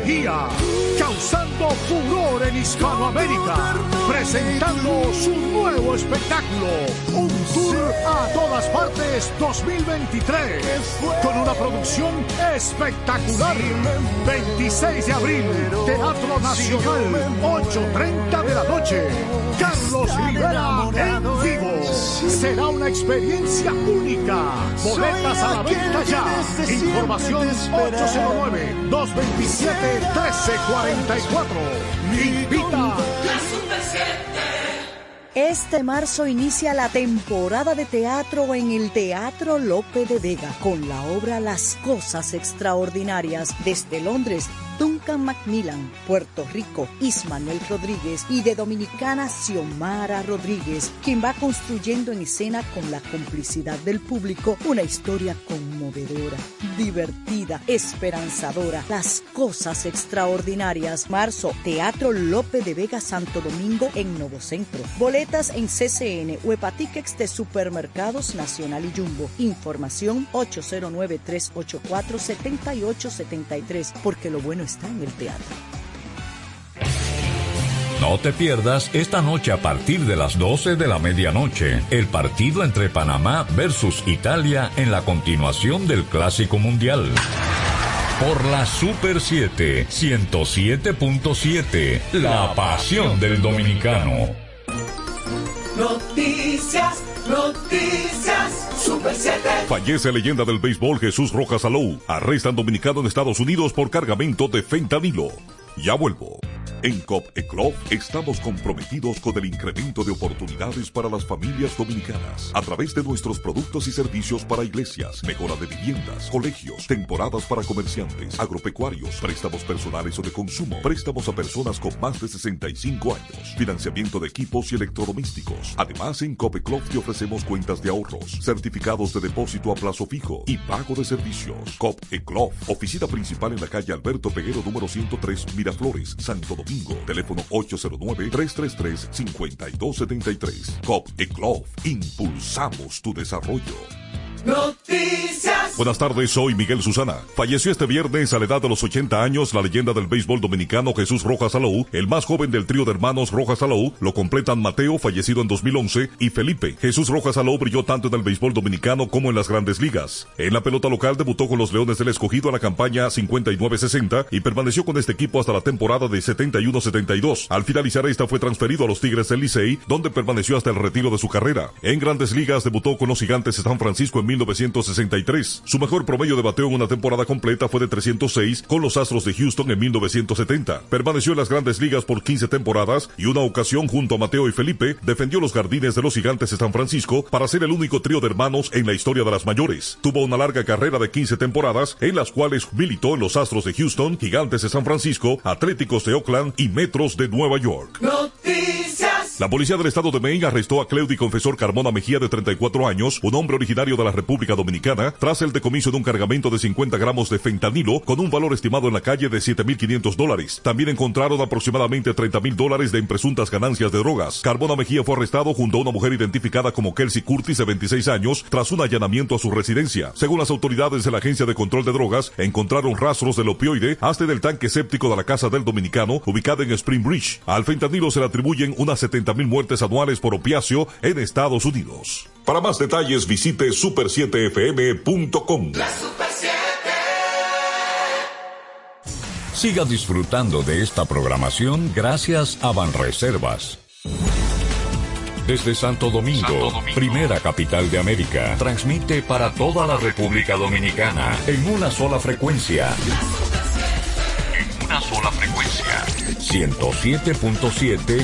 Mejía, causando furor en Hispanoamérica, presentando su nuevo espectáculo, un tour a todas partes 2023, con una producción espectacular. 26 de abril, Teatro Nacional, 8:30 de la noche. Carlos Rivera en vivo. Será una experiencia única. Boletas a la venta ya. Información 809-227-1344. Invita. Este marzo inicia la temporada de teatro en el Teatro Lope de Vega con la obra Las Cosas Extraordinarias. Desde Londres, Duncan Macmillan, Puerto Rico, Ismanuel Rodríguez, y de Dominicana, Xiomara Rodríguez, quien va construyendo en escena con la complicidad del público una historia conmovedora, divertida, esperanzadora. Las Cosas Extraordinarias. Marzo, Teatro Lope de Vega, Santo Domingo, en Novo Centro. Boletas en CCN o Hepatiquex de Supermercados Nacional y Jumbo. Información 809-384-7873, porque lo bueno está en el teatro. No te pierdas esta noche a partir de las 12 de la medianoche el partido entre Panamá versus Italia en la continuación del Clásico Mundial. Por la Super 7, 107.7, la pasión del dominicano. Noticias, Super 7. Fallece leyenda del béisbol Jesús Rojas Salou. Arrestan dominicano en Estados Unidos por cargamento de fentanilo. Ya vuelvo. En COP ECLOF estamos comprometidos con el incremento de oportunidades para las familias dominicanas a través de nuestros productos y servicios para iglesias, mejora de viviendas, colegios, temporadas para comerciantes, agropecuarios, préstamos personales o de consumo, préstamos a personas con más de 65 años, financiamiento de equipos y electrodomésticos. Además, en COP ECLOF te ofrecemos cuentas de ahorros, certificados de depósito a plazo fijo y pago de servicios. COP ECLOF, oficina principal en la calle Alberto Peguero número 103, Miraflores, Santo Domingo. Teléfono 809-333-5273. COP ECLOF. Impulsamos tu desarrollo. Noticias. Buenas tardes, soy Miguel Susana. Falleció este viernes a la edad de los 80 años la leyenda del béisbol dominicano Jesús Rojas Salou, el más joven del trío de hermanos Rojas Salou. Lo completan Mateo, fallecido en 2011, y Felipe. Jesús Rojas Salou brilló tanto en el béisbol dominicano como en las grandes ligas. En la pelota local debutó con los Leones del Escogido a la campaña 59-60 y permaneció con este equipo hasta la temporada de 71-72. Al finalizar esta fue transferido a los Tigres del Licey, donde permaneció hasta el retiro de su carrera. En grandes ligas debutó con los Gigantes de San Francisco en 1963. Su mejor promedio de bateo en una temporada completa fue de 306 con los Astros de Houston en 1970. Permaneció en las grandes ligas por 15 temporadas y una ocasión junto a Mateo y Felipe defendió los jardines de los Gigantes de San Francisco para ser el único trío de hermanos en la historia de las mayores. Tuvo una larga carrera de 15 temporadas en las cuales militó en los Astros de Houston, Gigantes de San Francisco, Atléticos de Oakland y Metros de Nueva York. Noticias. La policía del estado de Maine arrestó a Cleudy Confesor Carmona Mejía, de 34 años, un hombre originario de la República Dominicana, tras el decomiso de un cargamento de 50 gramos de fentanilo con un valor estimado en la calle de $7,500. También encontraron aproximadamente $30,000 de presuntas ganancias de drogas. Carmona Mejía fue arrestado junto a una mujer identificada como Kelsey Curtis, de 26 años, tras un allanamiento a su residencia. Según las autoridades de la Agencia de Control de Drogas, encontraron rastros del opioide hasta en el tanque séptico de la casa del dominicano, ubicada en Spring Bridge. Al fentanilo se le atribuyen unas 70,000 muertes anuales por opiáceo en Estados Unidos. Para más detalles visite super7fm.com. La Super 7. Siga disfrutando de esta programación gracias a Banreservas. Desde Santo Domingo, primera capital de América, transmite para toda la República Dominicana en una sola frecuencia. 107.7.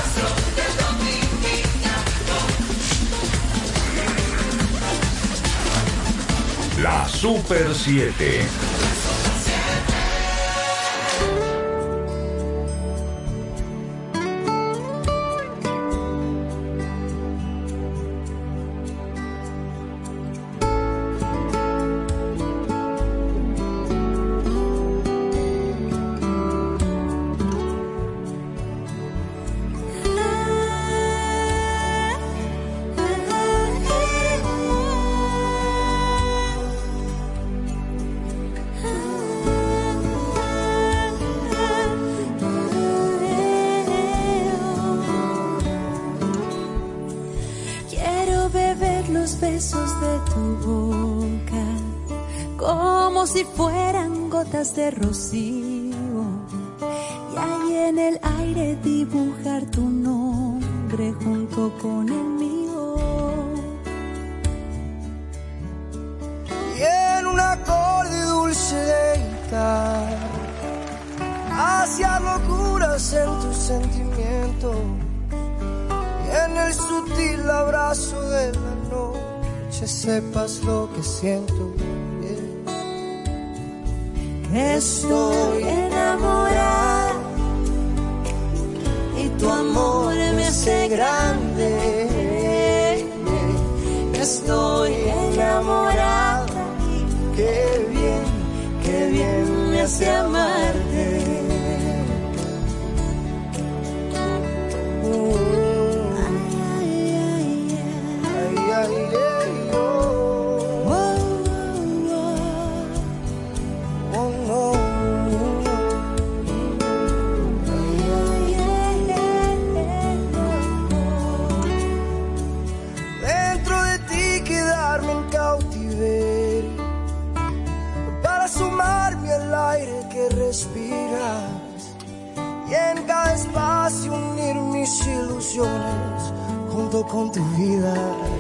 La Super 7. si fueran gotas de rocío, y ahí en el aire dibujar tu nombre junto con el mío. Y en un acorde dulce de guitarra, hacia locuras en tus sentimientos, y en el sutil abrazo de la noche sepas lo que siento. Estoy enamorada y tu amor me hace grande. Estoy enamorada y qué bien me hace amarte. Y en cada espacio unir mis ilusiones junto con tu vida.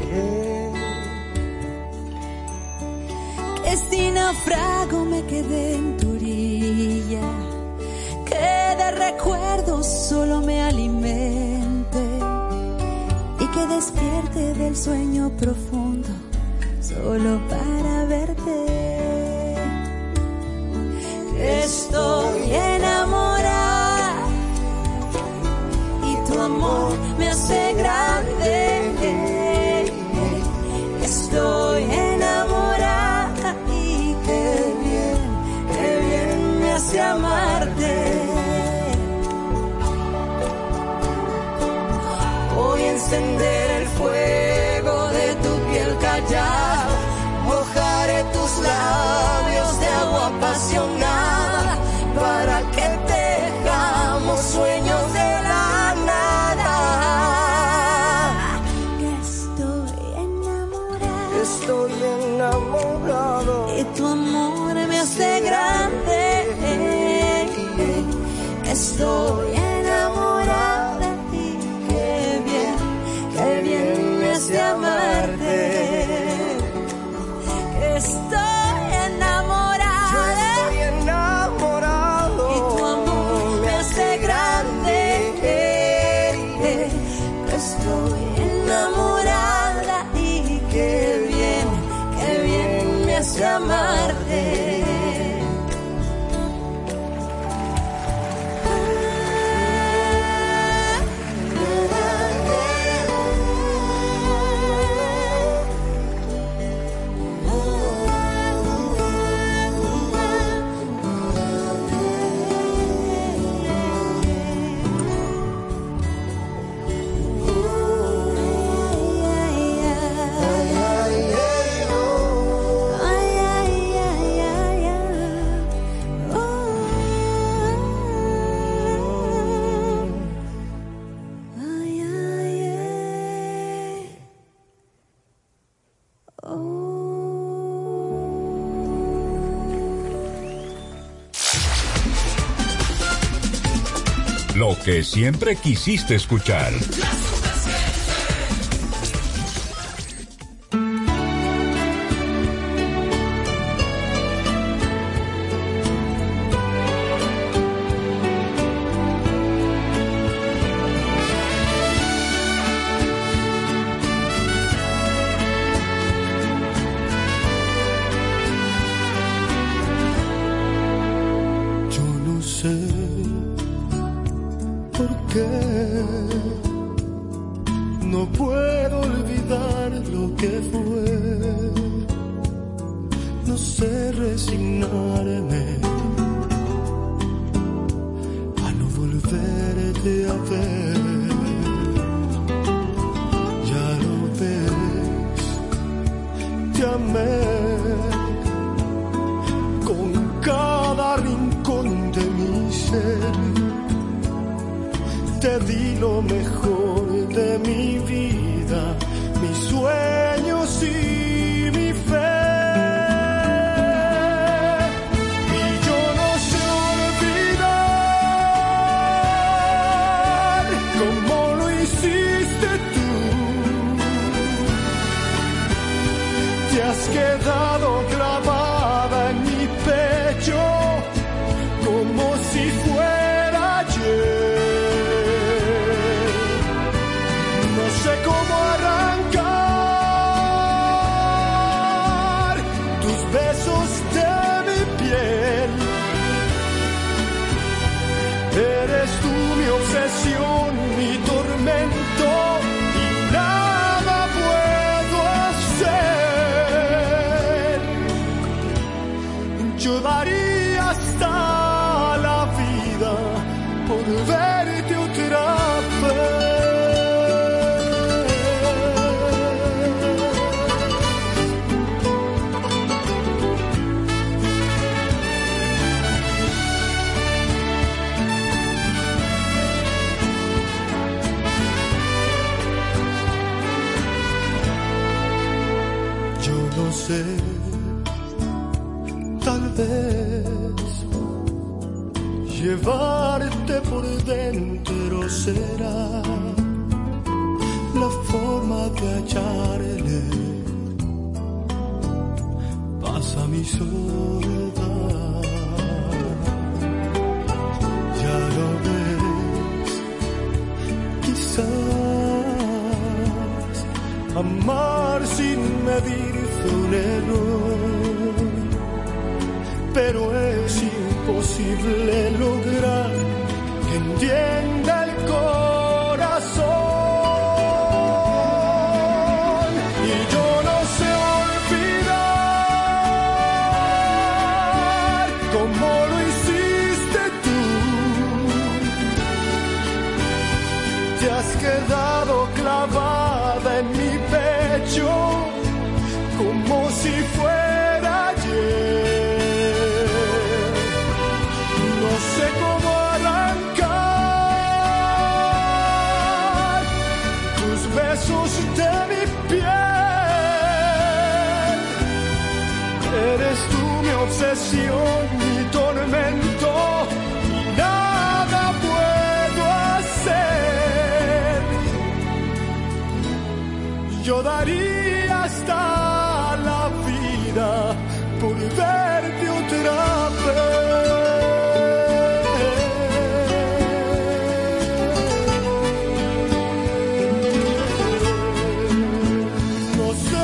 Que si naufrago me quedé en tu orilla, que de recuerdos solo me alimente y que despierte del sueño profundo solo para verte. Estoy enamorada y tu amor me hace grande. Estoy enamorada y qué bien me hace amarte. Voy a encender el fuego de tu piel callada, mojaré tus labios de agua apasionada para que tejamos sueños de la nada. Estoy enamorado y tu amor me hace grande. Estoy enamorada y qué bien me hace amarte. Estoy enamorado y tu amor me hace grande. Estoy enamorada y qué bien me hace amarte. Lo que siempre quisiste escuchar. No puedo olvidar lo que fue, no sé resignarme a no volverte a ver. Ya lo ves, te amé con cada rincón de mi ser. Te di lo mejor de mi vida, mis sueños y mi fe. llevarte por dentro será la forma de hallarle paz a mi soledad. Ya lo ves, quizás amar sin medir fue un error, pero es imposible lograr que entienda el corazón. Y yo no sé olvidar como lo hiciste tú. Te has quedado clavada en mi pecho como si fuera ayer. No sé cómo arrancar tus besos de mi piel. Eres tú mi obsesión, mi tormento, y nada puedo hacer. Yo daría hasta la vida por verte otra vez. No sé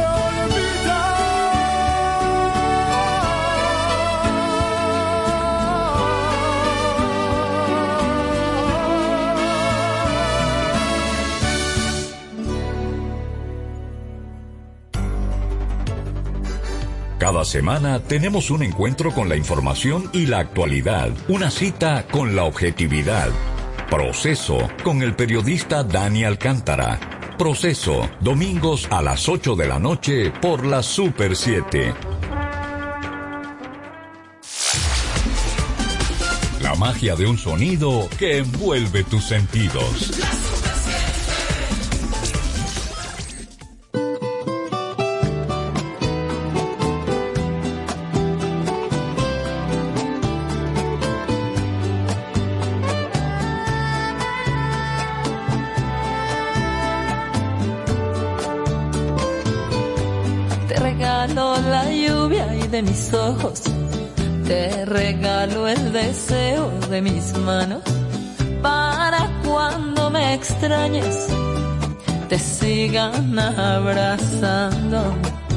Cada semana tenemos un encuentro con la información y la actualidad, una cita con la objetividad. Proceso con el periodista Dani Alcántara. Proceso, domingos a las 8 de la noche por la Super 7. La magia de un sonido que envuelve tus sentidos. La lluvia y de mis ojos, te regalo el deseo de mis manos, para cuando me extrañes te sigan abrazando.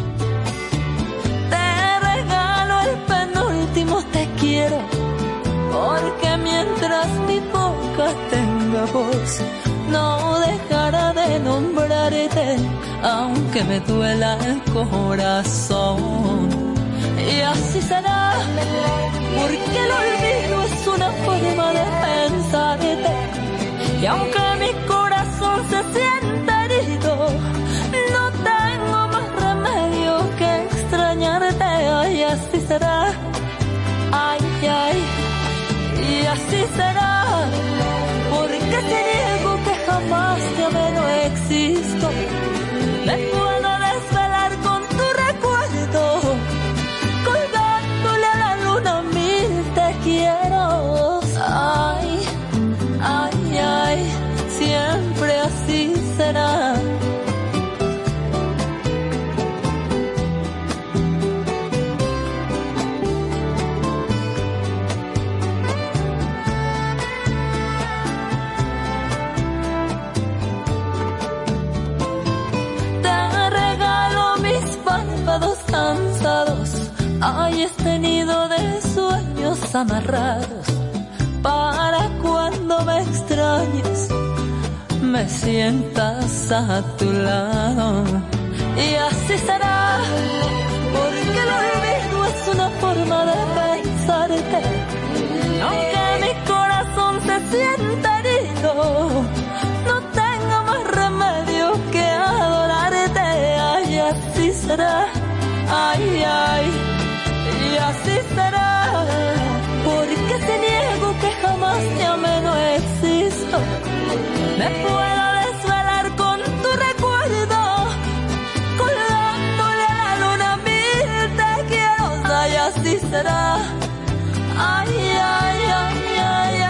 Te regalo el penúltimo te quiero, porque mientras mi boca tenga voz, no dejará de nombrarte, aunque me duela el corazón. Y así será, porque el olvido es una forma de pensarte. Y aunque mi corazón se sienta herido, no tengo más remedio que extrañarte. Ay, así será, ay, ay, y así será, porque te niego que jamás te amé, no existo. Me puedo desvelar con tu recuerdo, colgándole a la luna mil te quiero. Ay, ay, ay, siempre así será. Cansados, hay este nido de sueños amarrados, para cuando me extrañes me sientas a tu lado. Y así será, porque el olvido es una forma de pensarte. Aunque mi corazón se sienta herido, no tengo más remedio que adorarte. Ay, así será. Ay, ay, y así será, porque te niego que jamás te amé, no existo. Me puedo desvelar con tu recuerdo, colgándole a la luna mil te quiero. Ay, así será. Ay, ay, ay, ay,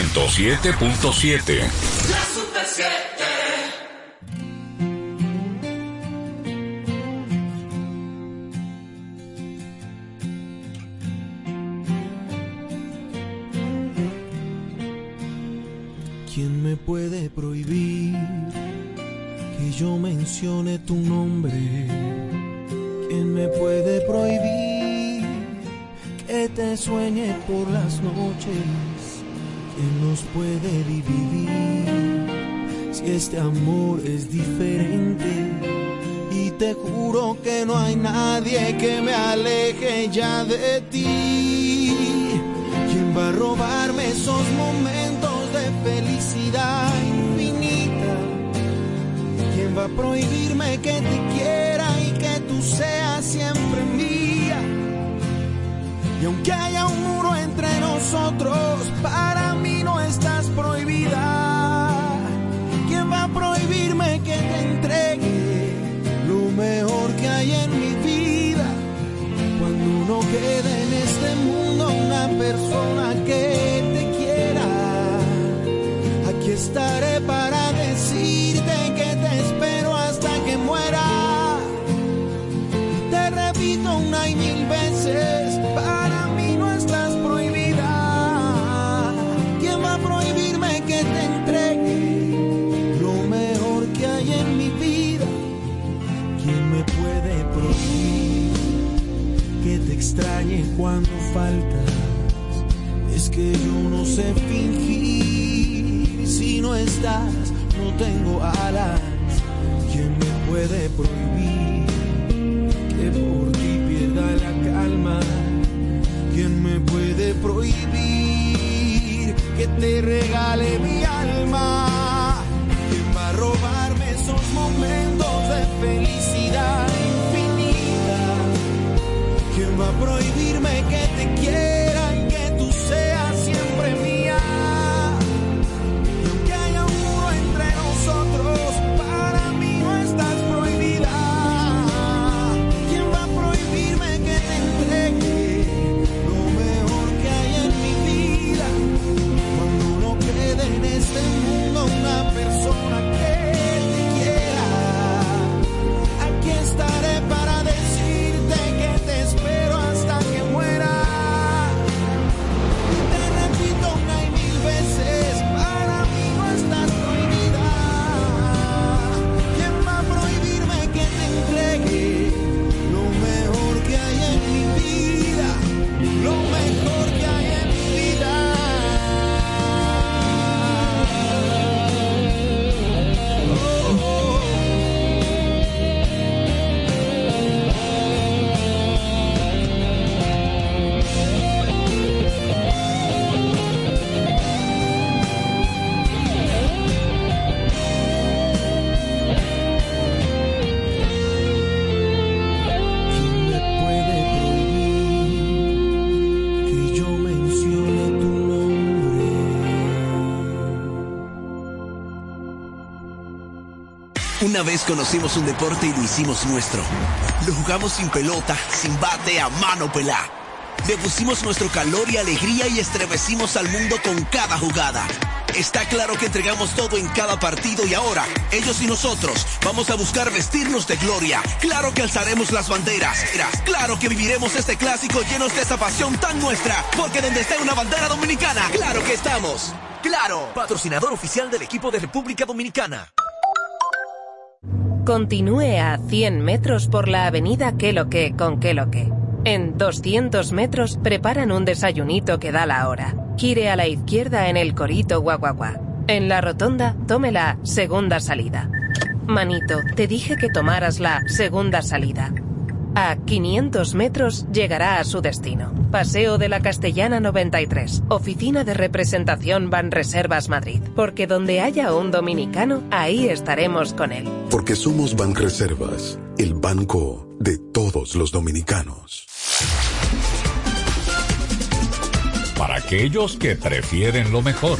107.7. La Super 7. ¿Quién me puede prohibir que yo mencione tu nombre? ¿Quién me puede prohibir que te sueñe por las noches? ¿Quién nos puede dividir si este amor es diferente? Y te juro que no hay nadie que me aleje ya de ti. ¿Quién va a robarme esos momentos de felicidad infinita? ¿Quién va a prohibirme que te quiera y que tú seas siempre mía? Y aunque haya un muro entre nosotros, para mí no estás prohibida. ¿Quién va a prohibirme que te entregue lo mejor que hay en mi vida? Cuando no quede en este mundo una persona que te quiera, aquí estaré para decirte que te espero hasta que muera. Y te repito una y mil veces, para mí no estás prohibida. ¿Quién va a prohibirme que te entregue lo mejor que hay en mi vida? ¿Quién me puede prohibir que te extrañe cuando faltas? Es que yo no sé fingir, si no estás no tengo alas. ¿Quién me puede prohibir que por ti pierda la calma? ¿Quién me puede prohibir que te regale mi alma? ¿Quién va a robarme esos momentos de felicidad infinita? ¿Quién va a prohibirme que te quiera y que tú seas siempre mía? Y aunque haya un muro entre nosotros, para mí no estás prohibida. ¿Quién va a prohibirme que te entregue lo mejor que hay en mi vida? Cuando no quede en este mundo una persona que te quiera, aquí estaré para decirte que te espero hasta que muera. Y te repito una y mil veces, para mí no estás prohibida. ¿Quién va a prohibirme que te entregue lo mejor que hay en mi vida? Lo mejor que hay en mi vida. ¿Quién me puede prohibir que yo mencione tu nombre? Una vez conocimos un deporte y lo hicimos nuestro. Lo jugamos sin pelota, sin bate, a mano pelá. Le pusimos nuestro calor y alegría y estremecimos al mundo con cada jugada. Está claro que entregamos todo en cada partido y ahora, ellos y nosotros, vamos a buscar vestirnos de gloria. Claro que alzaremos las banderas. Claro que viviremos este clásico llenos de esa pasión tan nuestra. Porque donde esté una bandera dominicana, claro que estamos. ¡Claro! Patrocinador oficial del equipo de República Dominicana. Continúe a 100 metros por la avenida Qué lo que con Qué lo que. En 200 metros preparan un desayunito que da la hora. Gire a la izquierda en el Corito Guaguaguá. En la rotonda, tome la segunda salida. Manito, te dije que tomaras la segunda salida. A 500 metros llegará a su destino. Paseo de la Castellana 93. Oficina de representación Banreservas Madrid. Porque donde haya un dominicano, ahí estaremos con él. Porque somos Banreservas, el banco de todos los dominicanos. Para aquellos que prefieren lo mejor.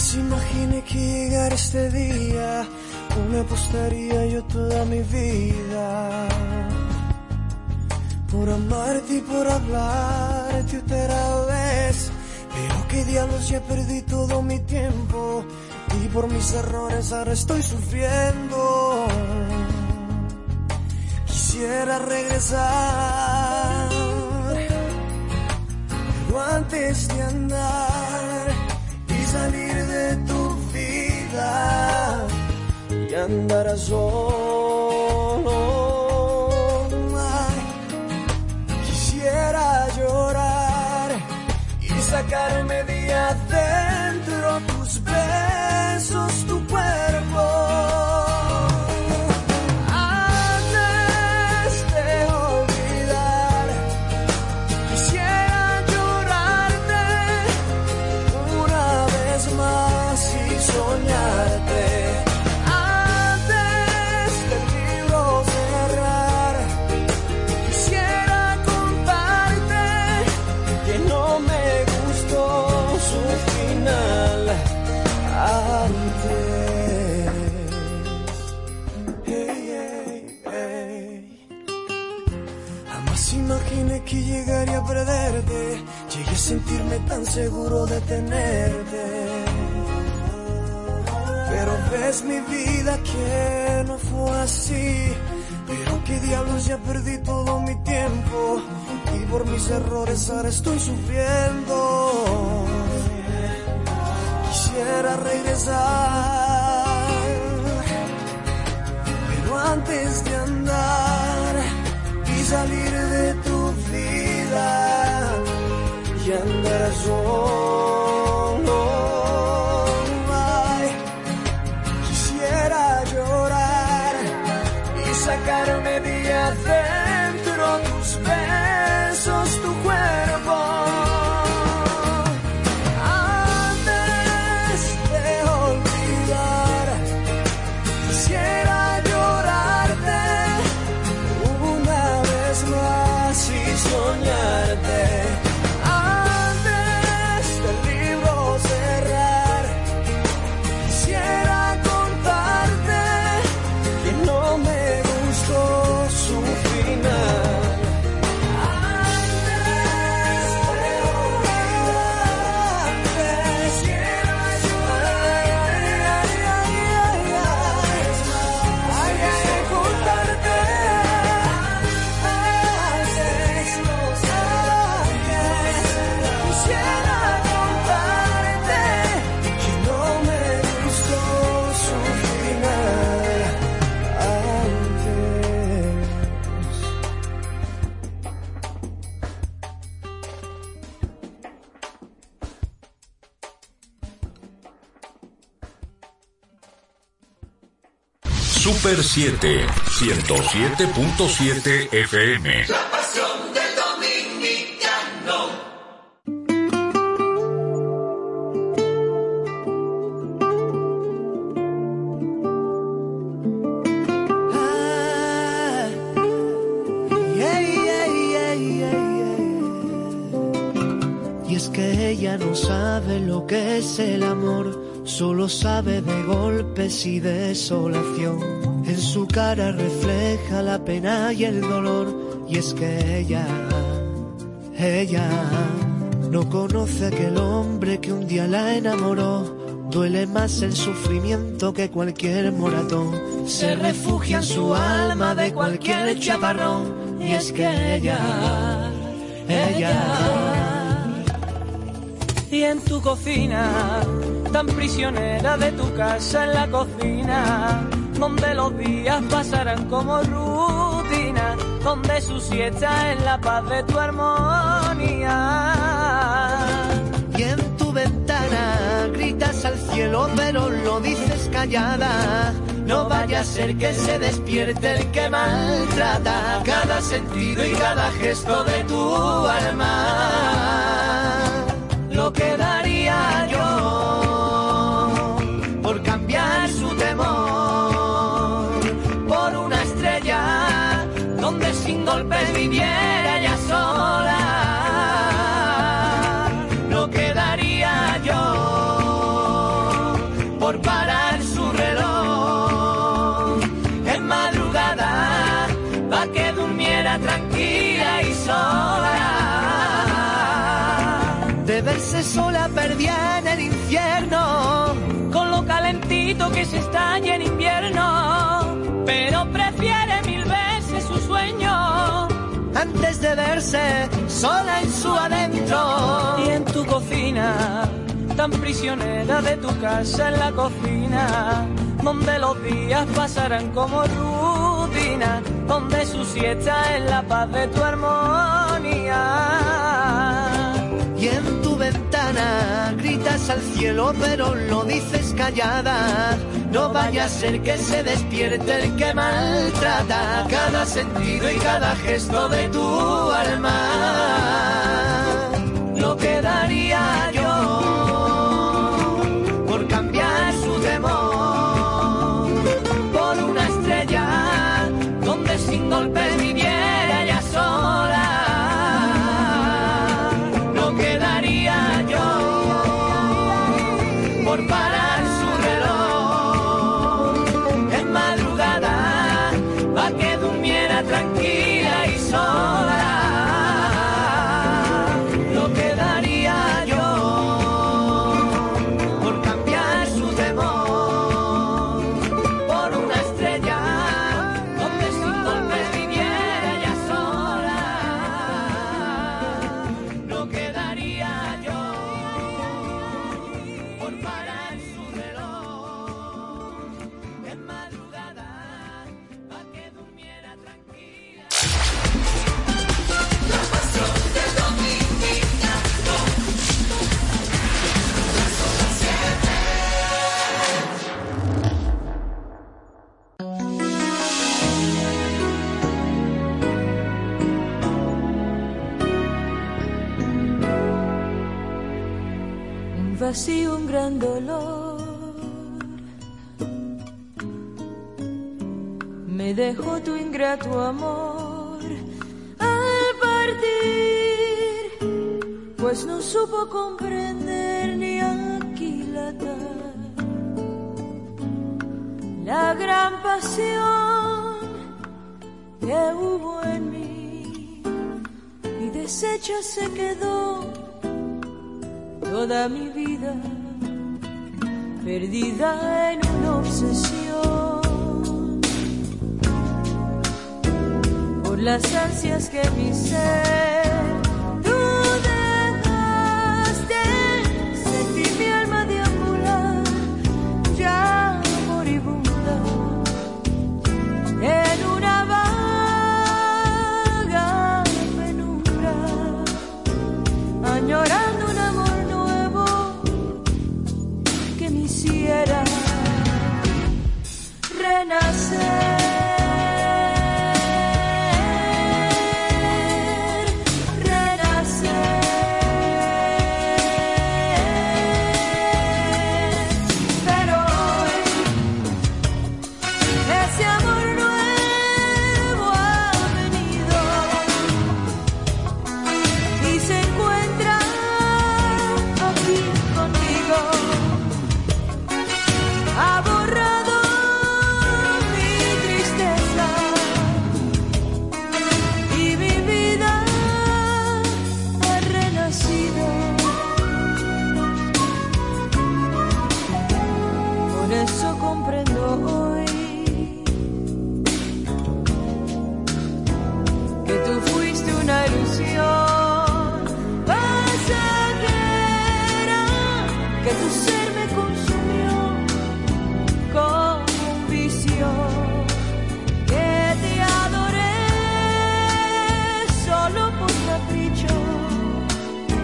Jamás imaginé que llegara este día, no me apostaría yo toda mi vida por amarte y por hablarte otra vez. Pero qué diablos, ya perdí todo mi tiempo y por mis errores ahora estoy sufriendo. Quisiera regresar, pero antes de andar y salir de tu vida y andar a solo, quisiera llorar y sacarme de adentro tus besos, tu cuerpo. Que llegaría a perderte, llegué a sentirme tan seguro de tenerte. Pero ves mi vida que no fue así. Pero qué diablos, ya perdí todo mi tiempo y por mis errores ahora estoy sufriendo. Quisiera regresar, pero antes de andar y salir de tu vida y andar solo, ay, quisiera llorar y sacarme de adentro tus besos, tu cuerpo. Antes de olvidar, quisiera llorarte una vez más y soñarte. Antes del libro cerrar, quisiera contarte que no me gustó su final. Super 7, 107.7 FM. La pasión del dominicano. Y es que ella no sabe lo que es el amor, solo sabe de golpes y desolación. En su cara refleja la pena y el dolor. Y es que ella no conoce a aquel hombre que un día la enamoró. Duele más el sufrimiento que cualquier moratón. Se refugia en su alma de cualquier chaparrón. Y es que ella y en tu cocina, tan prisionera de tu casa en la cocina, donde los días pasarán como rutina, donde su siesta es la paz de tu armonía. Y en tu ventana gritas al cielo pero lo dices callada. No vaya a ser que se despierte el que maltrata cada sentido y cada gesto de tu alma. Lo que daría yo por cambiar su temor por una estrella donde sin golpes viviera ella sola. Lo que daría yo verse sola perdida en el infierno, con lo calentito que se está en invierno, pero prefiere mil veces su sueño antes de verse sola en su adentro. Y en tu cocina, tan prisionera de tu casa en la cocina, donde los días pasarán como rutina, donde su siesta es la paz de tu armonía. Y en tu ventana gritas al cielo pero lo dices callada, no vaya a ser que se despierte el que maltrata cada sentido y cada gesto de tu alma. Lo que daría yo por cambiar su temor por una estrella donde sin golpes viviera ella sola. Lo que daría yo por parar su reloj en madrugada pa' que durmiera tranquila y sola. Lo que daría yo por cambiar su temor por una estrella donde sin golpes viviera ella sola. Lo que daría yo por parar su reloj en madrugada pa' que durmiera tranquila. La pasión del dominicano. Un vacío, un gran dolor me dejó tu ingrato amor al partir, pues no supo comprender ni aquilatar la gran pasión que hubo en mí, y deshecha se quedó toda mi vida, perdida en una obsesión por las ansias que mi ser tú dejaste. Sentí mi alma deambular ya moribunda en una vaga penumbra, añorando un amor que me hiciera renacer.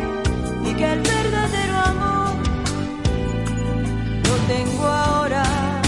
Que el verdadero amor lo tengo ahora.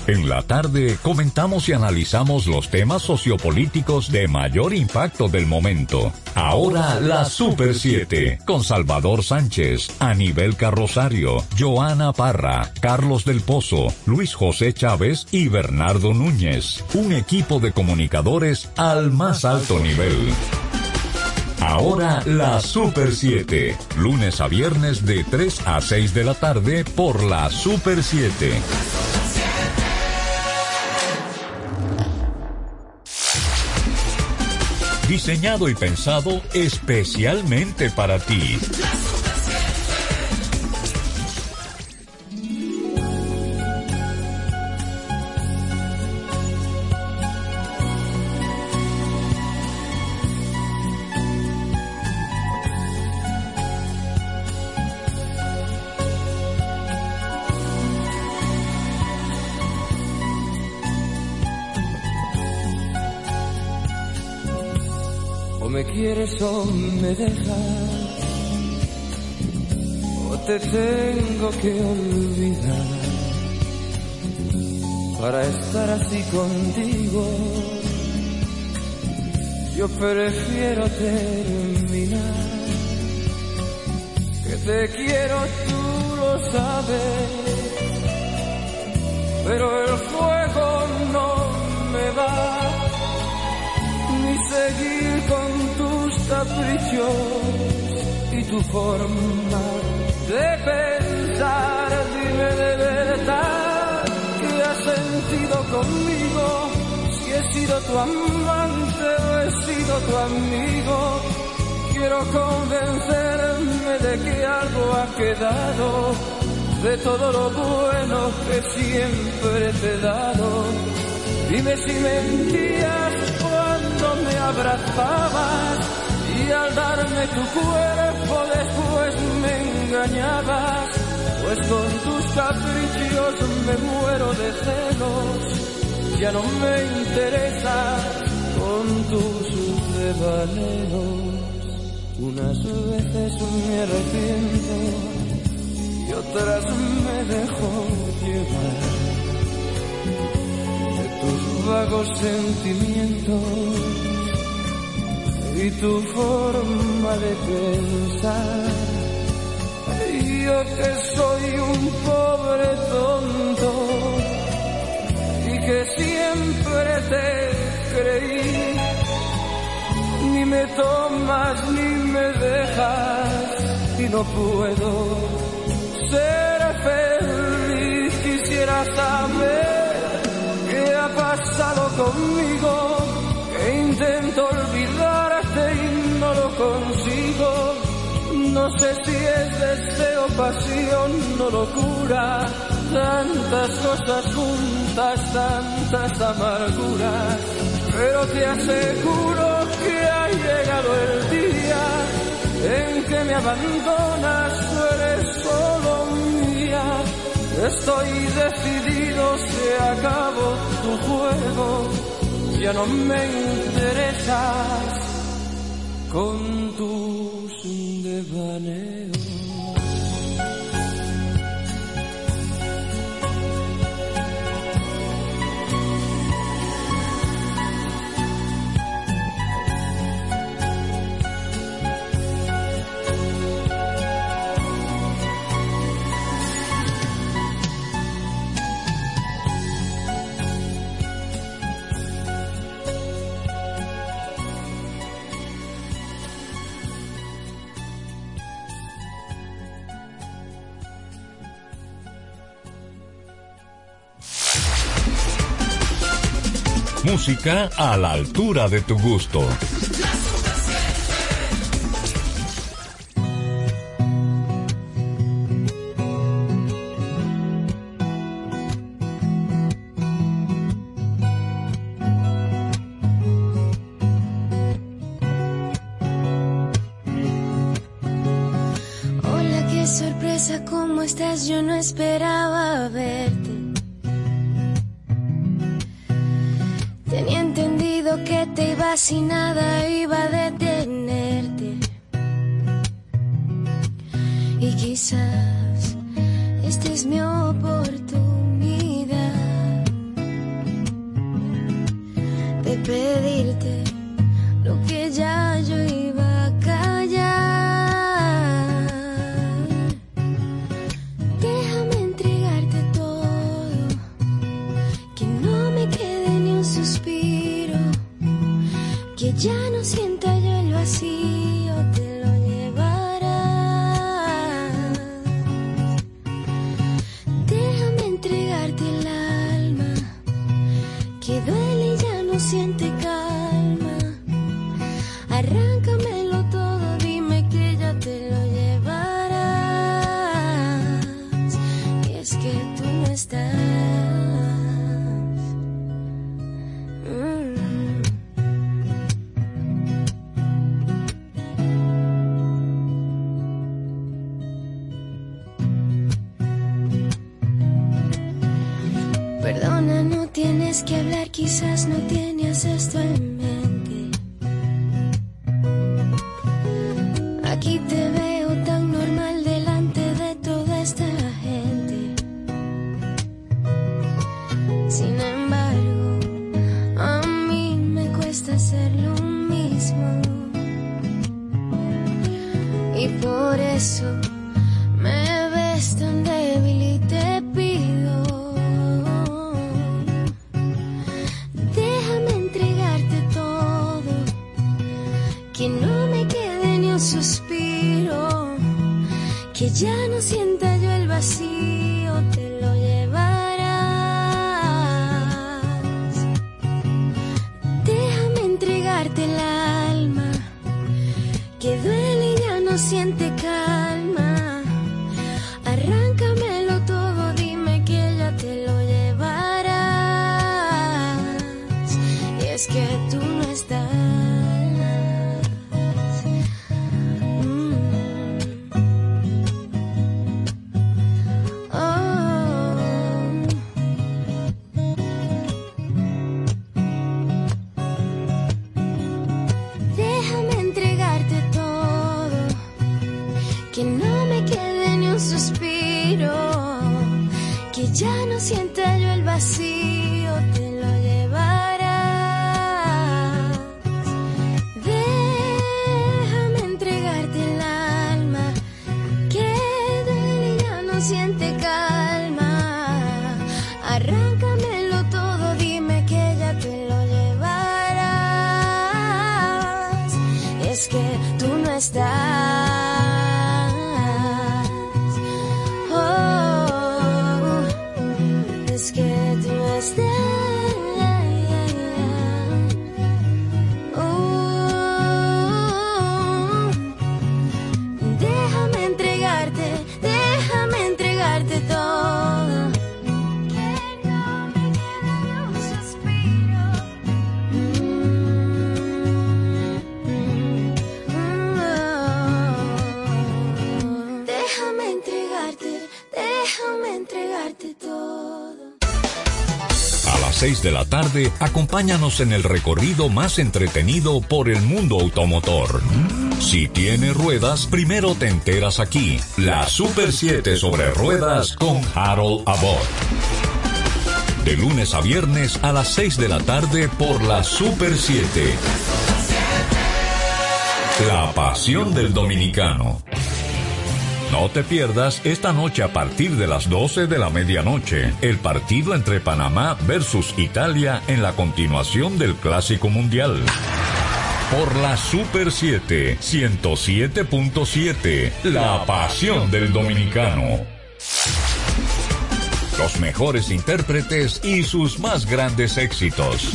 En la tarde comentamos y analizamos los temas sociopolíticos de mayor impacto del momento. Ahora la Super 7, con Salvador Sánchez, Anibel Carrosario, Joana Parra, Carlos del Pozo, Luis José Chávez y Bernardo Núñez. Un equipo de comunicadores al más alto nivel. Ahora la Super 7, lunes a viernes de 3 a 6 de la tarde por la Super 7. Diseñado y pensado especialmente para ti. Me quieres o me dejas, o te tengo que olvidar para estar así contigo. Yo prefiero terminar, que te quiero, tú lo sabes, pero el fuego no me va. Ni seguir con tus caprichos y tu forma de pensar. Dime de verdad qué has sentido conmigo, si he sido tu amante o he sido tu amigo. Quiero convencerme de que algo ha quedado de todo lo bueno que siempre te he dado. Dime si mentías cuando me abrazabas y al darme tu cuerpo después me engañabas, pues con tus caprichos me muero de celos, ya no me interesa con tus devaneos. Unas veces me arrepiento y otras me dejo llevar tus vagos sentimientos y tu forma de pensar. Yo que soy un pobre tonto y que siempre te creí, ni me tomas ni me dejas y no puedo ser feliz. Quisiera saber ¿qué ha pasado conmigo? Que intento olvidarte y no lo consigo. No sé si es deseo, pasión o locura. Tantas cosas juntas, tantas amarguras. Pero te aseguro que ha llegado el día en que me abandonas, eres solo mía. Estoy decidido, se acabó tu juego, ya no me interesas con tus devaneos. Música a la altura de tu gusto. Hola, qué sorpresa, ¿cómo estás? Yo no esperaba verte. Tenía entendido que te ibas y nada iba a detenerte. Y quizás esta es mi oportunidad que hablar quizás no tenías esto en mente. Aquí te veo tan normal delante de toda esta gente. Sin embargo, a mí me cuesta hacer lo mismo. Y por eso me ves tan débil y te pido, déjame entregarte todo, que no me quede ni un suspiro, que ya no sienta yo el vacío, te lo llevarás. Déjame entregarte el alma, que duele y ya no siente calma. Arráncamelo todo, dime que ya te lo llevarás. Y es que tú no estás. Déjame entregarte todo, que no me quede ni un suspiro, que ya no sienta yo el vacío, te lo llevarás. Déjame entregarte el alma, que duele y ya no siente calma. Arráncamelo todo, dime que ya te lo llevarás. Es que tú no estás. Es que tú no estás. Déjame entregarte todo, que no me quede ni un suspiro. Déjame entregarte todo. A las 6 de la tarde, acompáñanos en el recorrido más entretenido por el mundo automotor. Si tiene ruedas, primero te enteras aquí. La Super 7 sobre ruedas con Harold Abbott. De lunes a viernes a las 6 de la tarde por la Super 7. La pasión del dominicano. No te pierdas esta noche a partir de las 12 de la medianoche, el partido entre Panamá versus Italia en la continuación del Clásico Mundial. Por la Super 7, 107.7, la pasión del dominicano. Los mejores intérpretes y sus más grandes éxitos.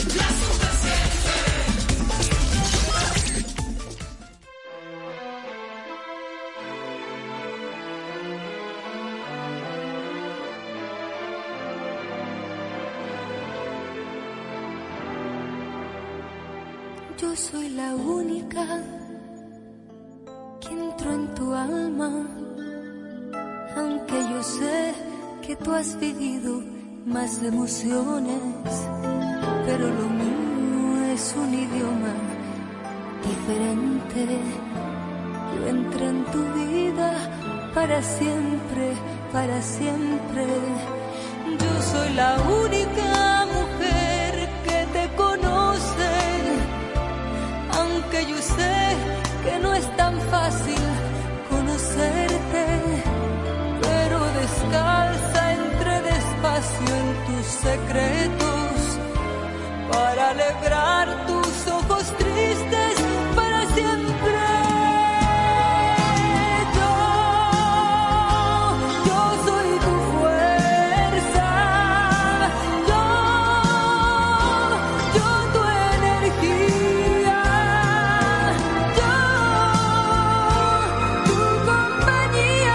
Yo soy la única que entró en tu alma, aunque yo sé que tú has vivido más emociones, pero lo mío es un idioma diferente. Yo entré en tu vida para siempre, para siempre. Yo soy la única mujer que te conoce, aunque yo sé que no es tan fácil conocerte, pero descalza, entré despacio en tus secretos para alegrar tus ojos tristes para siempre. Yo soy tu fuerza, yo tu energía.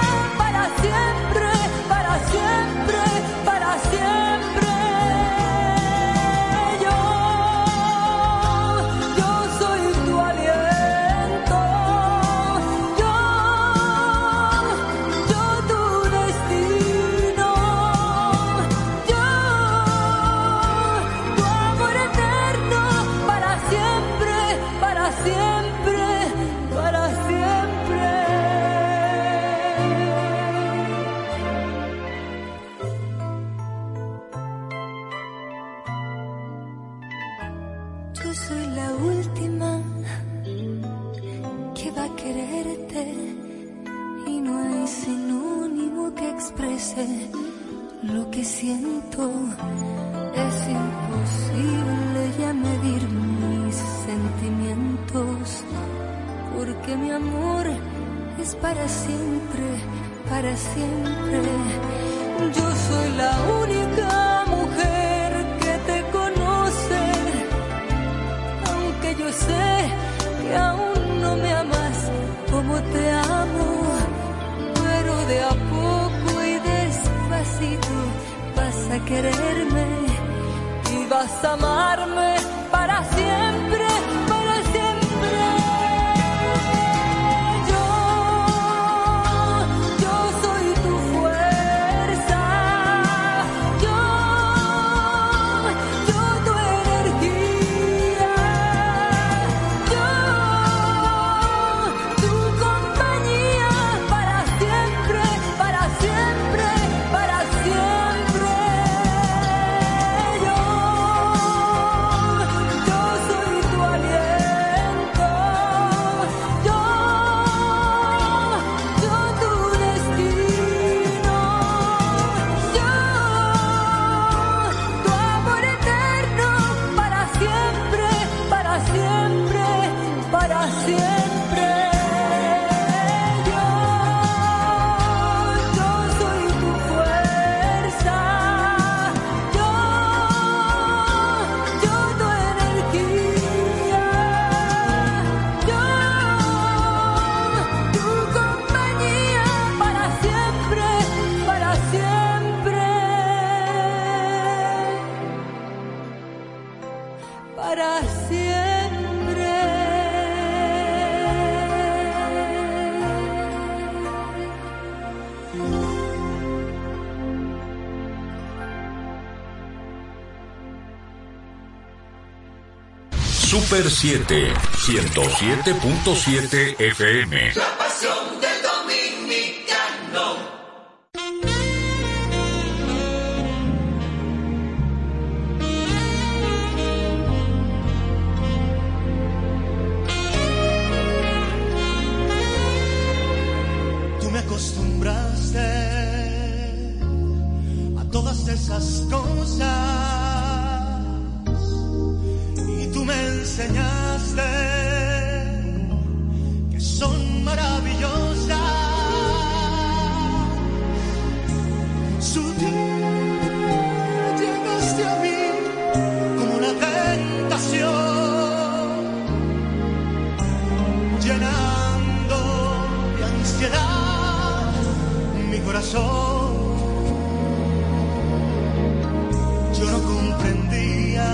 Para siempre, para siempre. sé lo que siento. Es imposible ya medir mis sentimientos, porque mi amor es para siempre, para siempre. Yo soy la única mujer que te conoce, aunque yo sé que aún no me amas como te amo, pero de a poco y despacito vas a quererme y vas a amarme para siempre, para siempre. Yo soy tu fuerza, yo tu energía, yo tu compañía para siempre, para siempre, para siempre. Yo soy tu aliento, yo tu destino, yo tu amor eterno para siempre, para siempre, para siempre. Yo soy tu fuerza, yo tu energía, yo tu compañía para siempre, para siempre, para siempre. Super 7, 107.7 FM. La pasión del dominicano. Tú me acostumbraste a todas esas cosas y tú me enseñaste que son maravillosas. Sutil llegaste a mí como una tentación, llenando de ansiedad mi corazón. Yo no comprendía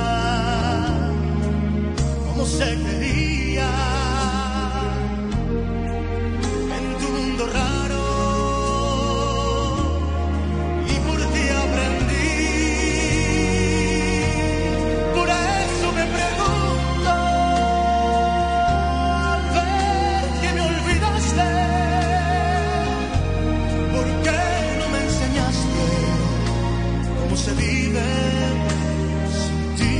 cómo se quería en tu mundo raro, y por ti aprendí. Por eso me pregunto, al ver que me olvidaste, ¿por qué no me enseñaste cómo se vive sin ti?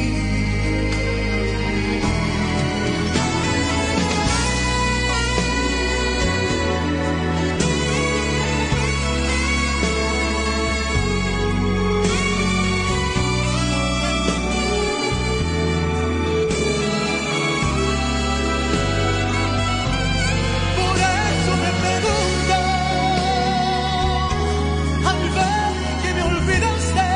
Por eso me pregunto, al ver que me olvidaste,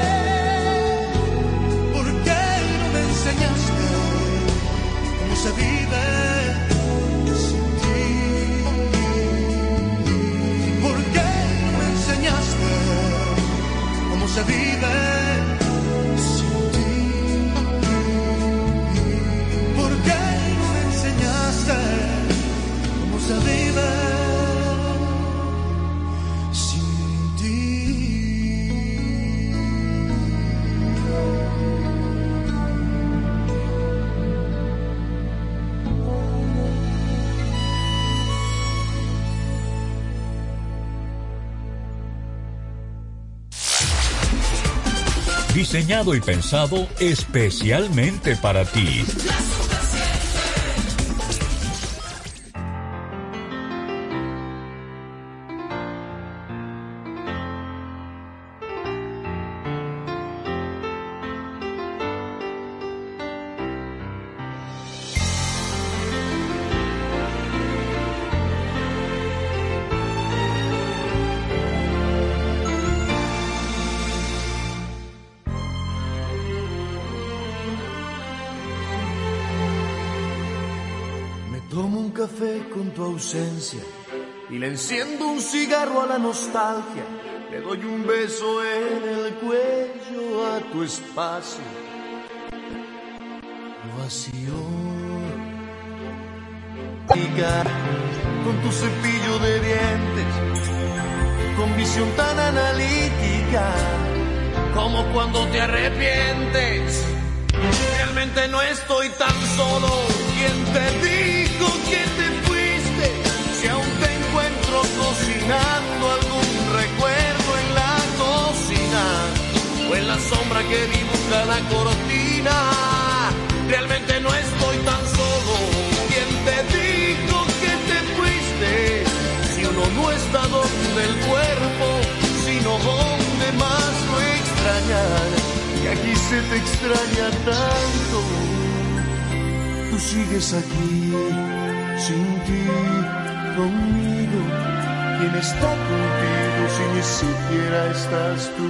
¿por qué no me enseñaste cómo se vive sin ti? ¿Por qué no me enseñaste cómo se vive sin ti? ¿Por qué no me enseñaste cómo se vive sin ti? Diseñado y pensado especialmente para ti. café con tu ausencia y le enciendo un cigarro a la nostalgia. Le doy un beso en el cuello a tu espacio vacío. Con tu cepillo de dientes, con visión tan analítica, como cuando te arrepientes. Realmente no estoy tan solo. ¿Quién te dijo que te fuiste? Si aún te encuentro cocinando algún recuerdo en la cocina o en la sombra que dibuja la cortina. Realmente no estoy tan solo. ¿Quién te dijo que te fuiste? Si uno no está donde el cuerpo, sino donde más lo extrañan. Y aquí se te extraña tanto. Tú sigues aquí, sin ti, conmigo. ¿Quién está contigo si ni siquiera estás tú?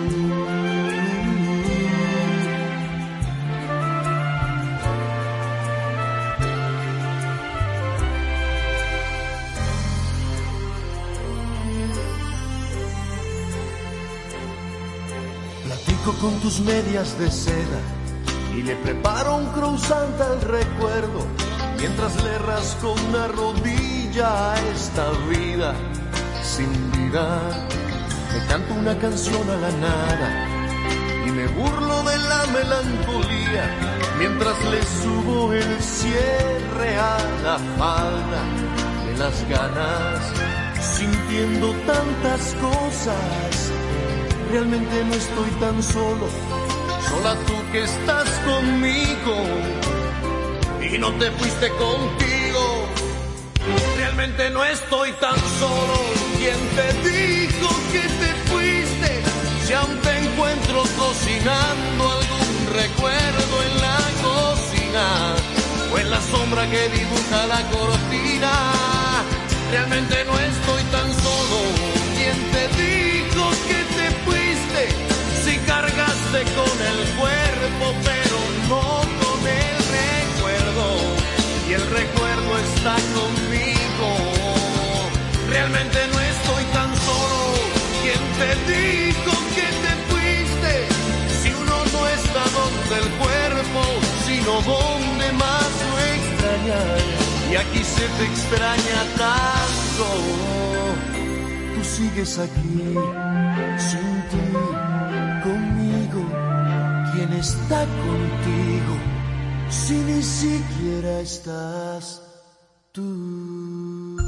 Con tus medias de seda y le preparo un croissant al recuerdo, mientras le rasco una rodilla a esta vida sin vida. Le canto una canción a la nada y me burlo de la melancolía, mientras le subo el cierre a la falda de las ganas, sintiendo tantas cosas. Realmente no estoy tan solo, sola tú que estás conmigo y no te fuiste contigo. Realmente no estoy tan solo. ¿Quién te dijo que te fuiste? Si aún te encuentro cocinando algún recuerdo en la cocina o en la sombra que dibuja la cortina. Realmente no estoy tan solo. ¿Quién te dijo que te fuiste? Si cargaste con el cuerpo, pero no con el recuerdo, y el recuerdo está conmigo. Realmente no estoy tan solo. ¿Quién te dijo que te fuiste? Si uno no está donde el cuerpo, sino donde más lo extraña. Y aquí se te extraña tanto. Tú sigues aquí, sin ti, conmigo. ¿Quién está contigo si ni siquiera estás tú?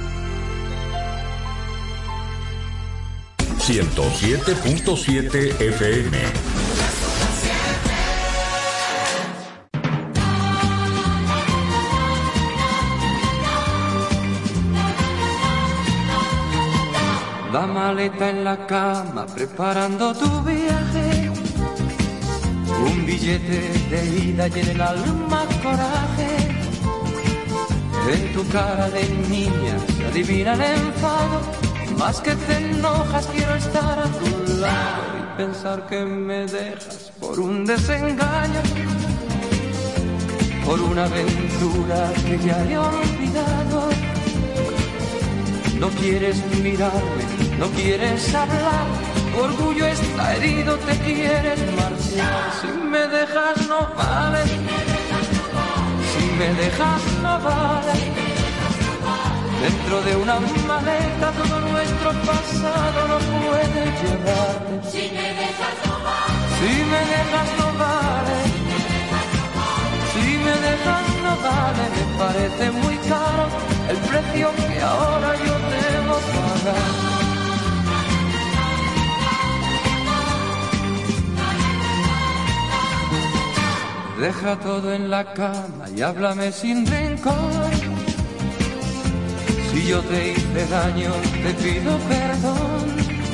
107.7 FM. La maleta en la cama, preparando tu viaje. Un billete de ida y en el alma coraje. En tu cara de niña se adivina el enfado. Más que te enojas, quiero estar a tu lado y pensar que me dejas por un desengaño, por una aventura que ya he olvidado. No quieres mirarme, no quieres hablar, tu orgullo está herido, te quieres marchar. Si me dejas no vale, si me dejas no vale. Dentro de una maleta todo nuestro pasado no puede llevar. Si me dejas no vale, si me dejas no vale, si me dejas no vale. Me parece muy caro el precio que ahora yo debo pagar. Deja todo en la cama y háblame sin rencor. Si yo te hice daño, te pido perdón.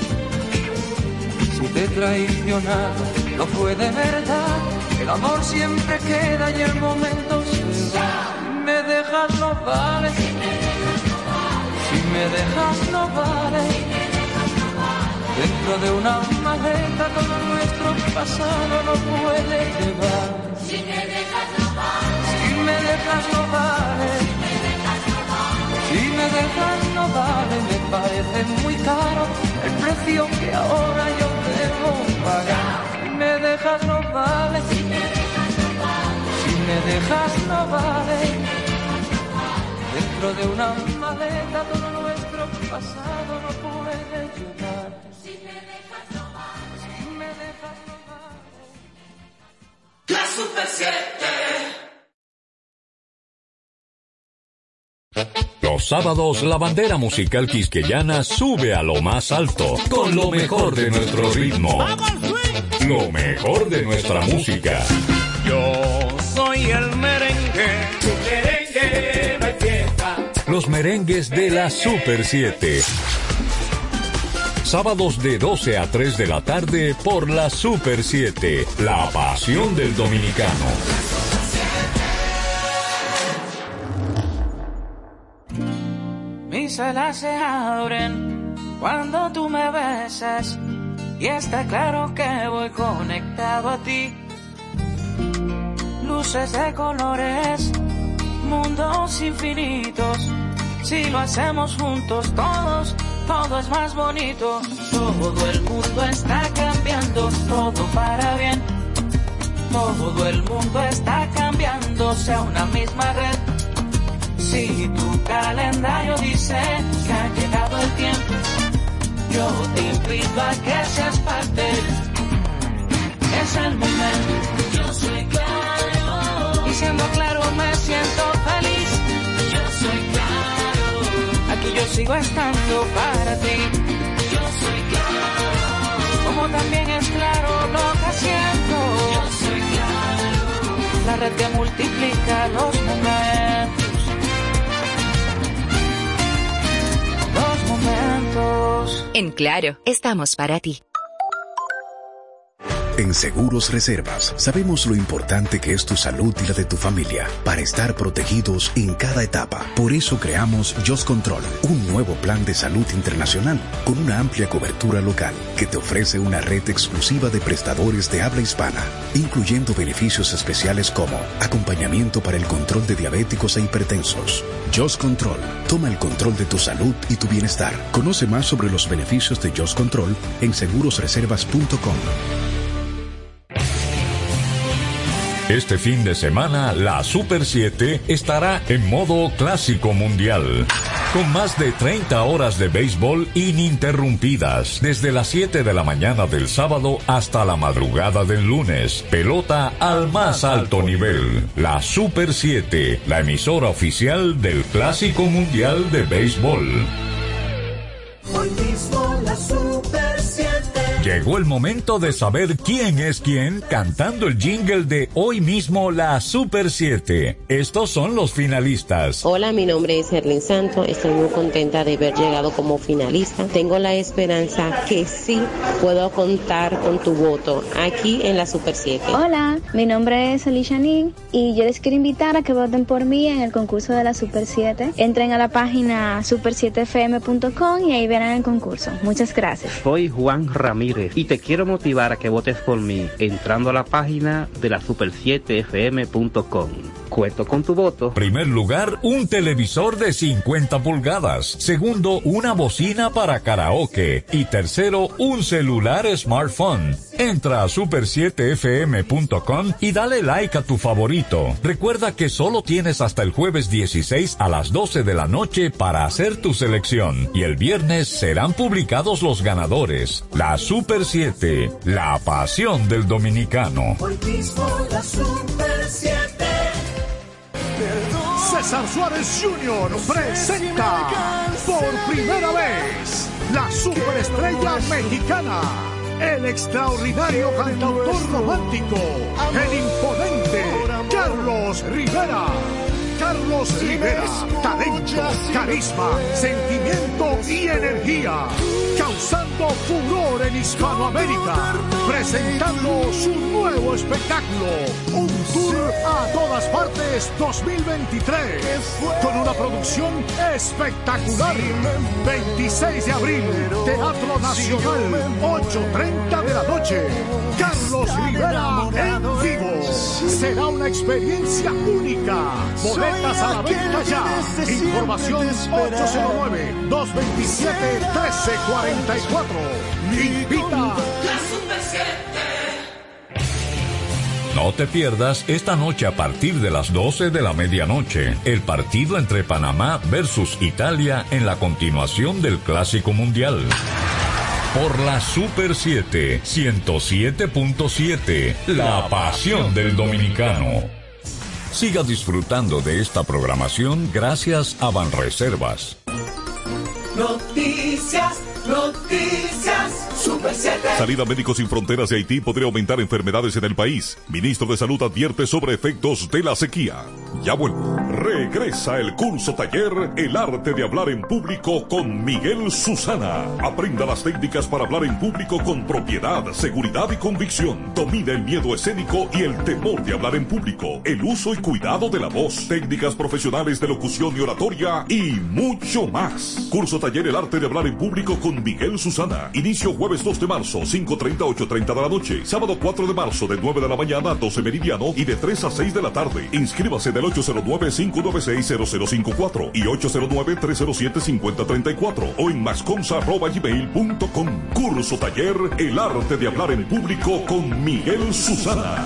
Si te he traicionado, no fue de verdad. El amor siempre queda y el momento se va. Si me dejas no vale, si me dejas no vale. Dentro de una maleta todo nuestro pasado no puede llevar. Si me dejas no vale, si me dejas no vale. Si me dejas no vale, me parece muy caro el precio que ahora yo debo pagar. Si me dejas no vale, si me dejas no vale, si me dejas no vale. Dentro de una maleta todo nuestro pasado no puede llevar. Si me dejas no vale, si me dejas no vale. La Super 7. Los sábados, la bandera musical quisqueyana sube a lo más alto con lo mejor de nuestro ritmo, lo mejor de nuestra música. Yo soy el merengue, merengue, no hay fiesta. Los merengues de la Super 7. Sábados de 12 a 3 de la tarde por la Super 7, la pasión del dominicano. Mis alas se abren cuando tú me besas y está claro que voy conectado a ti. Luces de colores, mundos infinitos. Si lo hacemos juntos todos, todo es más bonito. Todo el mundo está cambiando, todo para bien. Todo el mundo está cambiando, sea una misma red. Si tu calendario dice que ha llegado el tiempo, yo te invito a que seas parte. Es el momento. Yo soy claro. Y siendo claro me siento feliz. Yo soy claro. Aquí yo sigo estando para ti. Yo soy claro. Como también es claro lo que siento. Yo soy claro. La red que multiplica los momentos. En Claro, estamos para ti. En Seguros Reservas sabemos lo importante que es tu salud y la de tu familia para estar protegidos en cada etapa. Por eso creamos Just Control, un nuevo plan de salud internacional con una amplia cobertura local que te ofrece una red exclusiva de prestadores de habla hispana, incluyendo beneficios especiales como acompañamiento para el control de diabéticos e hipertensos. Just Control, toma el control de tu salud y tu bienestar. Conoce más sobre los beneficios de Just Control en segurosreservas.com. Este fin de semana, la Super 7 estará en modo clásico mundial, con más de 30 horas de béisbol ininterrumpidas, desde las 7 de la mañana del sábado hasta la madrugada del lunes. Pelota al más alto nivel. La Super 7, la emisora oficial del Clásico Mundial de Béisbol. Hoy mismo la Super 7. Llegó el momento de saber quién es quién cantando el jingle de Hoy mismo la Super 7. Estos son los finalistas. Hola, mi nombre es Erlin Santos. Estoy muy contenta de haber llegado como finalista. Tengo la esperanza que sí puedo contar con tu voto aquí en la Super 7. Hola, mi nombre es Alicia Ning y yo les quiero invitar a que voten por mí en el concurso de la Super 7. Entren a la página super7fm.com y ahí verán el concurso. Muchas gracias. Soy Juan Ramírez y te quiero motivar a que votes por mí entrando a la página de la super7fm.com. Cuento con tu voto. Primer lugar, un televisor de 50 pulgadas. Segundo, una bocina para karaoke. Y tercero, un celular smartphone. Entra a super7fm.com y dale like a tu favorito. Recuerda que solo tienes hasta el jueves 16 a las 12 de la noche para hacer tu selección. Y el viernes serán publicados los ganadores. La Super 7, la pasión del dominicano. Hoy mismo la Super 7. César Suárez Jr. presenta por primera vez la superestrella mexicana, el extraordinario cantautor romántico, el imponente Carlos Rivera. Carlos Rivera, talento, carisma, sentimiento y energía, causando furor en Hispanoamérica, presentando su nuevo espectáculo, un tour a todas partes 2023, con una producción espectacular. 26 de abril, Teatro Nacional, 8:30 de la noche. Carlos Rivera en vivo. Será una experiencia única. Boletos Boletas a la venta ya. Información 809-227-1344. Invita La Super 7. No te pierdas esta noche a partir de las 12 de la medianoche el partido entre Panamá versus Italia en la continuación del Clásico Mundial. Por la Super 7, 107.7, la pasión del dominicano. Siga disfrutando de esta programación gracias a Banreservas. Noticias, Super 7. Salida Médicos Sin Fronteras de Haití podría aumentar enfermedades en el país. Ministro de Salud advierte sobre efectos de la sequía. Ya vuelvo. Regresa el curso taller El Arte de Hablar en Público con Miguel Susana. Aprenda las técnicas para hablar en público con propiedad, seguridad y convicción. Domina el miedo escénico y el temor de hablar en público. El uso y cuidado de la voz. Técnicas profesionales de locución y oratoria y mucho más. Curso taller El Arte de Hablar en Público con Miguel Susana. Inicio jueves 2 de marzo, 5:30 a 8:30 de la noche. Sábado 4 de marzo, de 9 de la mañana a 12 meridiano y de 3 a 6 de la tarde. Inscríbase del 809-596-0054 y 809-307-5034 o en masconsa@gmail.com. Curso taller El Arte de Hablar en Público con Miguel Susana.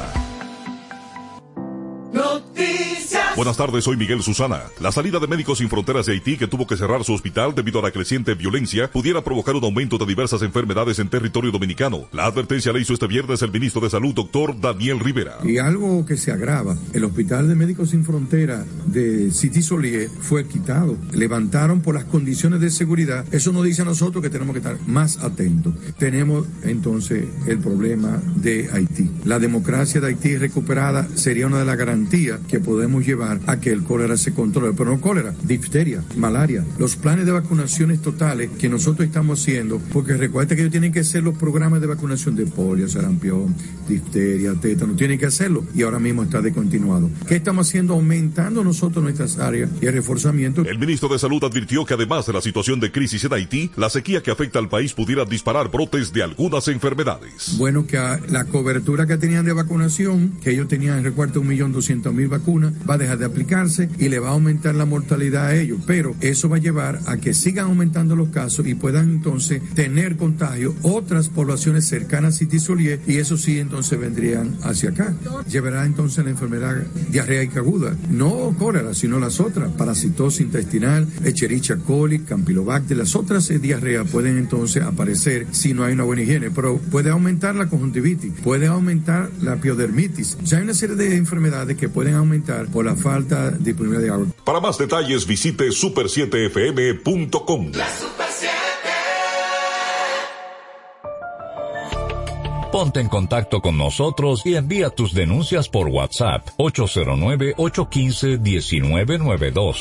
Noticias. Buenas tardes, soy Miguel Susana. La salida de Médicos Sin Fronteras de Haití, que tuvo que cerrar su hospital debido a la creciente violencia, pudiera provocar un aumento de diversas enfermedades en territorio dominicano. La advertencia la hizo este viernes el ministro de Salud, doctor Daniel Rivera. Y algo que se agrava, el Hospital de Médicos Sin Fronteras de City Solier fue quitado. Levantaron por las condiciones de seguridad. Eso nos dice a nosotros que tenemos que estar más atentos. Tenemos entonces el problema de Haití. La democracia de Haití recuperada sería una de las garantías que podemos llevar a que el cólera se controle, pero no cólera, difteria, malaria, los planes de vacunaciones totales que nosotros estamos haciendo, porque recuerda que ellos tienen que hacer los programas de vacunación de polio, sarampión, difteria, tétano, tienen que hacerlo y ahora mismo está descontinuado. ¿Qué estamos haciendo? Aumentando nosotros nuestras áreas y el reforzamiento. El ministro de Salud advirtió que además de la situación de crisis en Haití, la sequía que afecta al país pudiera disparar brotes de algunas enfermedades. Bueno, que la cobertura que tenían de vacunación, que ellos tenían, recuerda, 1.200.000 vacunas, va a dejar de aplicarse y le va a aumentar la mortalidad a ellos, pero eso va a llevar a que sigan aumentando los casos y puedan entonces tener contagio otras poblaciones cercanas a City Solier y eso sí entonces vendrían hacia acá. Llevará entonces la enfermedad diarreica aguda, no cólera, sino las otras, parasitosis intestinal, Escherichia coli, Campylobacter, las otras diarreas pueden entonces aparecer si no hay una buena higiene, pero puede aumentar la conjuntivitis, puede aumentar la piodermitis, o sea, hay una serie de enfermedades que pueden aumentar por la falta de disponibilidad de agua. Para más detalles visite super7fm.com. La Super 7. Ponte en contacto con nosotros y envía tus denuncias por WhatsApp 809-815-1992.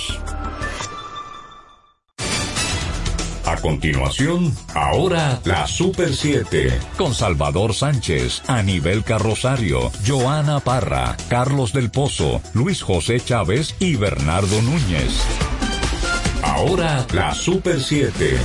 A continuación, ahora la Super 7, con Salvador Sánchez, Anibel Carrosario, Joana Parra, Carlos del Pozo, Luis José Chávez y Bernardo Núñez. Ahora la Super 7.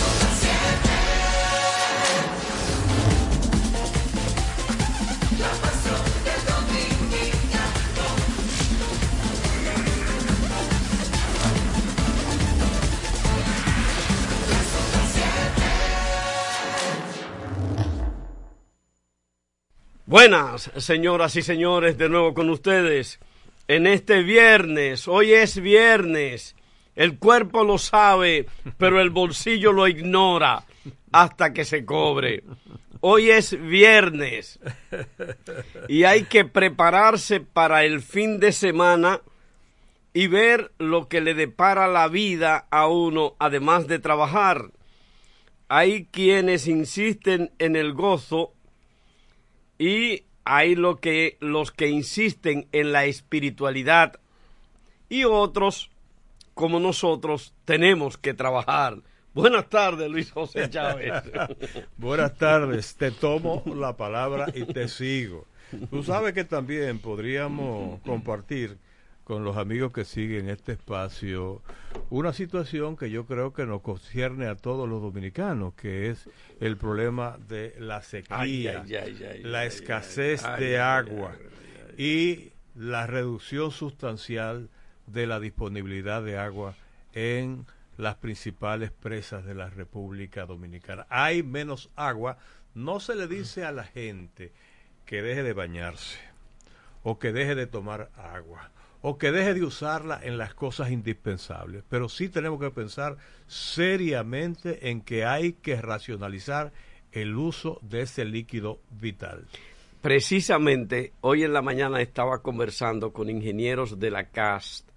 Buenas, señoras y señores, de nuevo con ustedes en este viernes. Hoy es viernes, el cuerpo lo sabe, pero el bolsillo lo ignora hasta que se cobre. Hoy es viernes y hay que prepararse para el fin de semana y ver lo que le depara la vida a uno, además de trabajar. Hay quienes insisten en el gozo y hay los que insisten en la espiritualidad y otros, como nosotros, tenemos que trabajar. Buenas tardes, Luis José Chávez. Buenas tardes, te tomo la palabra y te sigo. Tú sabes que también podríamos compartir con los amigos que siguen este espacio una situación que yo creo que nos concierne a todos los dominicanos, que es el problema de la sequía, la escasez de agua y la reducción sustancial de la disponibilidad de agua en las principales presas de la República Dominicana. Hay menos agua. No se le dice a la gente que deje de bañarse, o que deje de tomar agua, o que deje de usarla en las cosas indispensables, pero sí tenemos que pensar seriamente en que hay que racionalizar el uso de ese líquido vital. Precisamente hoy en la mañana estaba conversando con ingenieros de la CAST,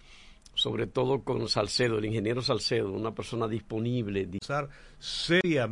sobre todo con Salcedo, el ingeniero Salcedo, una persona disponible. Seriamente